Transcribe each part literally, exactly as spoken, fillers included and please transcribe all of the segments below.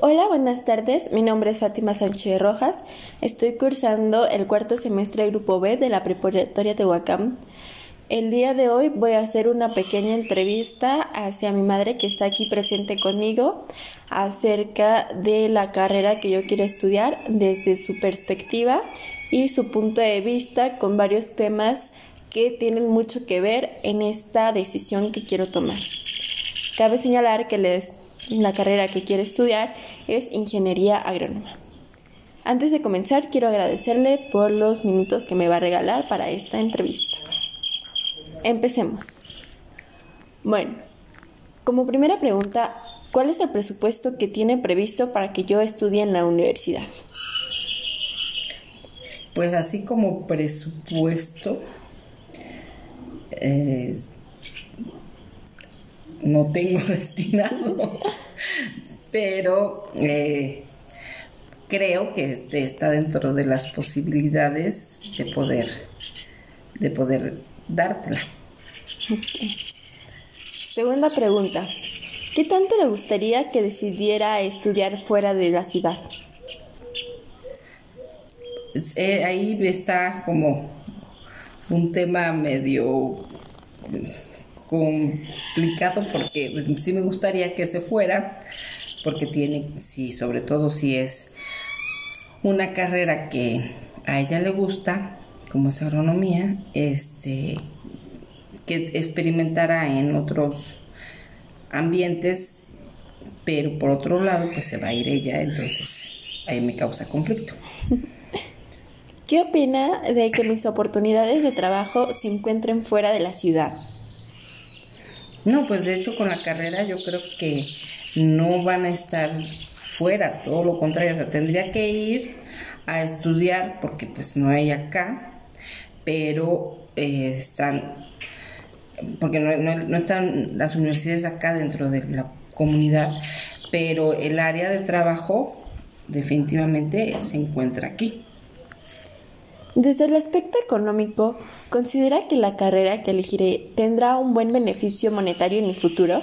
Hola, buenas tardes. Mi nombre es Fátima Sánchez Rojas. Estoy cursando el cuarto semestre Grupo B de la Preparatoria Tehuacán. El día de hoy voy a hacer una pequeña entrevista hacia mi madre, que está aquí presente conmigo, acerca de la carrera que yo quiero estudiar desde su perspectiva y su punto de vista, con varios temas que tienen mucho que ver en esta decisión que quiero tomar. Cabe señalar que les, la carrera que quiero estudiar es Ingeniería Agrónoma. Antes de comenzar, quiero agradecerle por los minutos que me va a regalar para esta entrevista. Empecemos. Bueno, como primera pregunta, ¿cuál es el presupuesto que tiene previsto para que yo estudie en la universidad? Pues así como presupuesto, eh, no tengo destinado, pero eh, creo que este está dentro de las posibilidades de poder, de poder dártela. Okay. Segunda pregunta, ¿qué tanto le gustaría que decidiera estudiar fuera de la ciudad? Eh, ahí está como un tema medio complicado, porque pues, sí me gustaría que se fuera, porque tiene, sí, sobre todo si es una carrera que a ella le gusta, como es agronomía, este, que experimentara en otros ambientes, pero por otro lado pues se va a ir ella, entonces ahí me causa conflicto. ¿Qué opina de que mis oportunidades de trabajo se encuentren fuera de la ciudad? No, pues de hecho con la carrera yo creo que no van a estar fuera, todo lo contrario, o sea, tendría que ir a estudiar porque pues no hay acá, pero eh, están, porque no, no, no están las universidades acá dentro de la comunidad, pero el área de trabajo definitivamente se encuentra aquí. Desde el aspecto económico, ¿considera que la carrera que elegiré tendrá un buen beneficio monetario en mi futuro?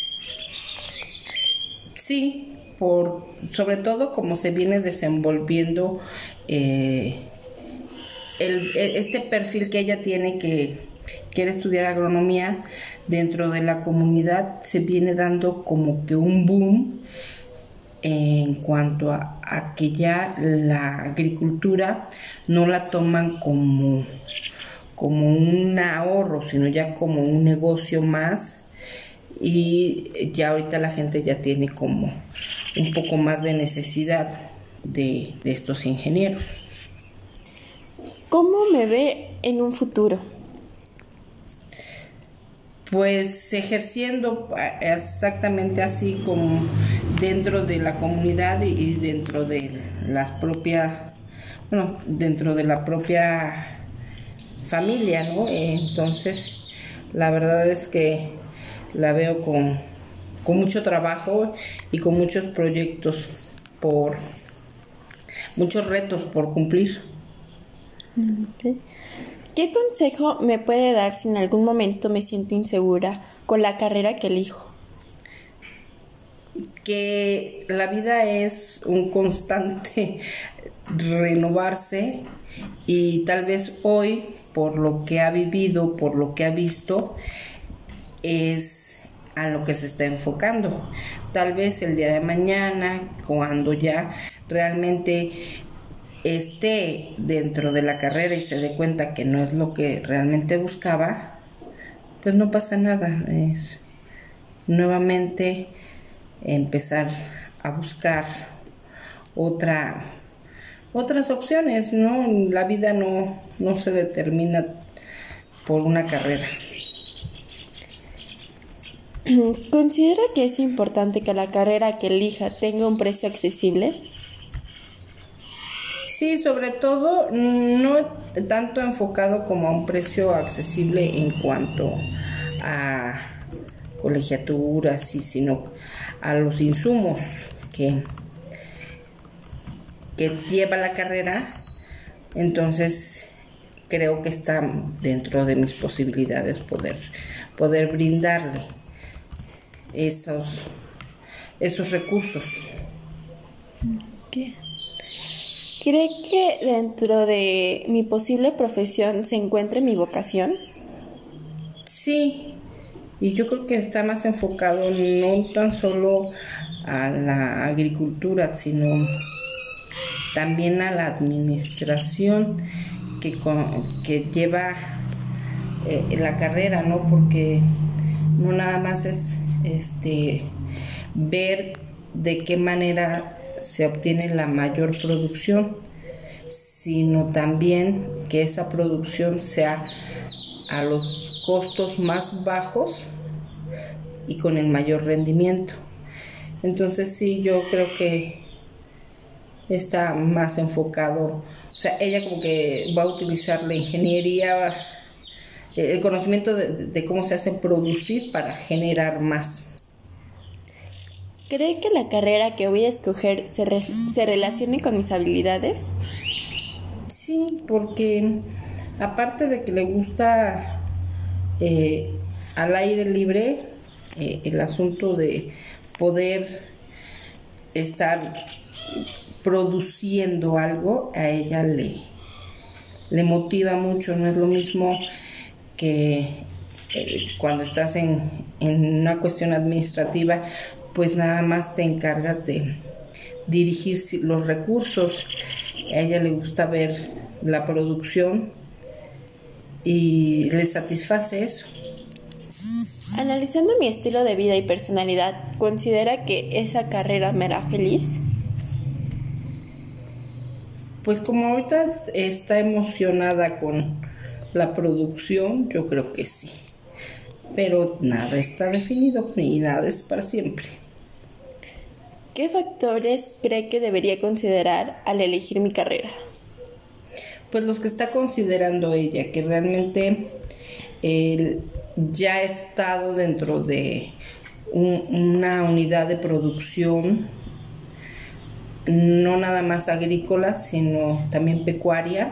Sí, por, sobre todo como se viene desenvolviendo eh, el, este perfil que ella tiene, que quiere estudiar agronomía, dentro de la comunidad se viene dando como que un boom en cuanto a, a que ya la agricultura no la toman como, como un ahorro, sino ya como un negocio más, y ya ahorita la gente ya tiene como un poco más de necesidad de, de estos ingenieros. ¿Cómo me ve en un futuro? Pues ejerciendo exactamente así, como dentro de la comunidad y dentro de las propias, bueno, dentro de la propia familia, ¿no? Entonces, la verdad es que la veo con, con mucho trabajo y con muchos proyectos por, muchos retos por cumplir. Okay. ¿Qué consejo me puede dar si en algún momento me siento insegura con la carrera que elijo? Que la vida es un constante renovarse, y tal vez hoy, por lo que ha vivido, por lo que ha visto, es a lo que se está enfocando. Tal vez el día de mañana, cuando ya realmente esté dentro de la carrera y se dé cuenta que no es lo que realmente buscaba, pues no pasa nada, es nuevamente empezar a buscar otra otras opciones, ¿no? La vida no, no se determina por una carrera. ¿Considera que es importante que la carrera que elija tenga un precio accesible? Sí, sobre todo no tanto enfocado como a un precio accesible en cuanto a colegiaturas, y sino a los insumos que, que lleva la carrera. Entonces creo que está dentro de mis posibilidades poder, poder brindarle esos, esos recursos. Bien. ¿Cree que dentro de mi posible profesión se encuentre mi vocación? Sí, y yo creo que está más enfocado no tan solo a la agricultura, sino también a la administración que, que lleva eh, la carrera, ¿no? Porque no nada más es este ver de qué manera se obtiene la mayor producción, sino también que esa producción sea a los costos más bajos y con el mayor rendimiento. Entonces sí, yo creo que está más enfocado, o sea, ella como que va a utilizar la ingeniería, el conocimiento de, de cómo se hace producir para generar más. ¿Cree que la carrera que voy a escoger se, re- se relacione con mis habilidades? Sí, porque aparte de que le gusta eh, al aire libre, eh, el asunto de poder estar produciendo algo, a ella le, le motiva mucho. No es lo mismo que eh, cuando estás en, en una cuestión administrativa, pues nada más te encargas de dirigir los recursos. A ella le gusta ver la producción y le satisface eso. Analizando mi estilo de vida y personalidad, ¿considera que esa carrera me hará feliz? Pues como ahorita está emocionada con la producción, yo creo que sí. Pero nada está definido y nada es para siempre. ¿Qué factores cree que debería considerar al elegir mi carrera? Pues los que está considerando ella, que realmente eh, ya ha estado dentro de un, una unidad de producción, no nada más agrícola, sino también pecuaria,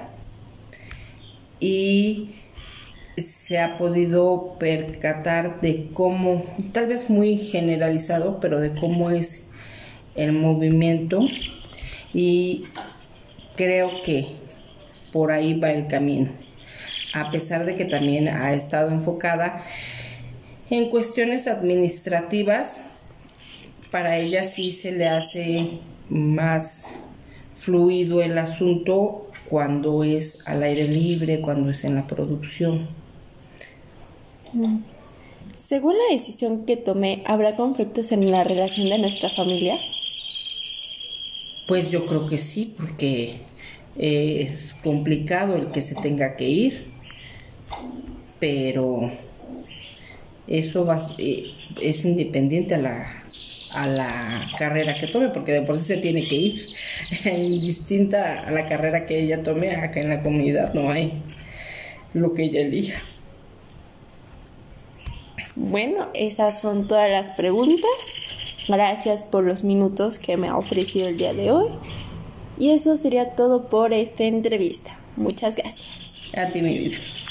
y se ha podido percatar de cómo, tal vez muy generalizado, pero de cómo es el movimiento, y creo que por ahí va el camino, a pesar de que también ha estado enfocada en cuestiones administrativas. Para ella sí se le hace más fluido el asunto cuando es al aire libre, cuando es en la producción. Según la decisión que tomé, ¿habrá conflictos en la relación de nuestra familia? Pues yo creo que sí, porque es complicado el que se tenga que ir, pero eso va, es independiente a la, a la carrera que tome, porque de por sí se tiene que ir. Distinta a la carrera que ella tome, acá en la comunidad no hay lo que ella elija. Bueno, esas son todas las preguntas. Gracias por los minutos que me ha ofrecido el día de hoy. Y eso sería todo por esta entrevista. Muchas gracias. A ti, mi vida.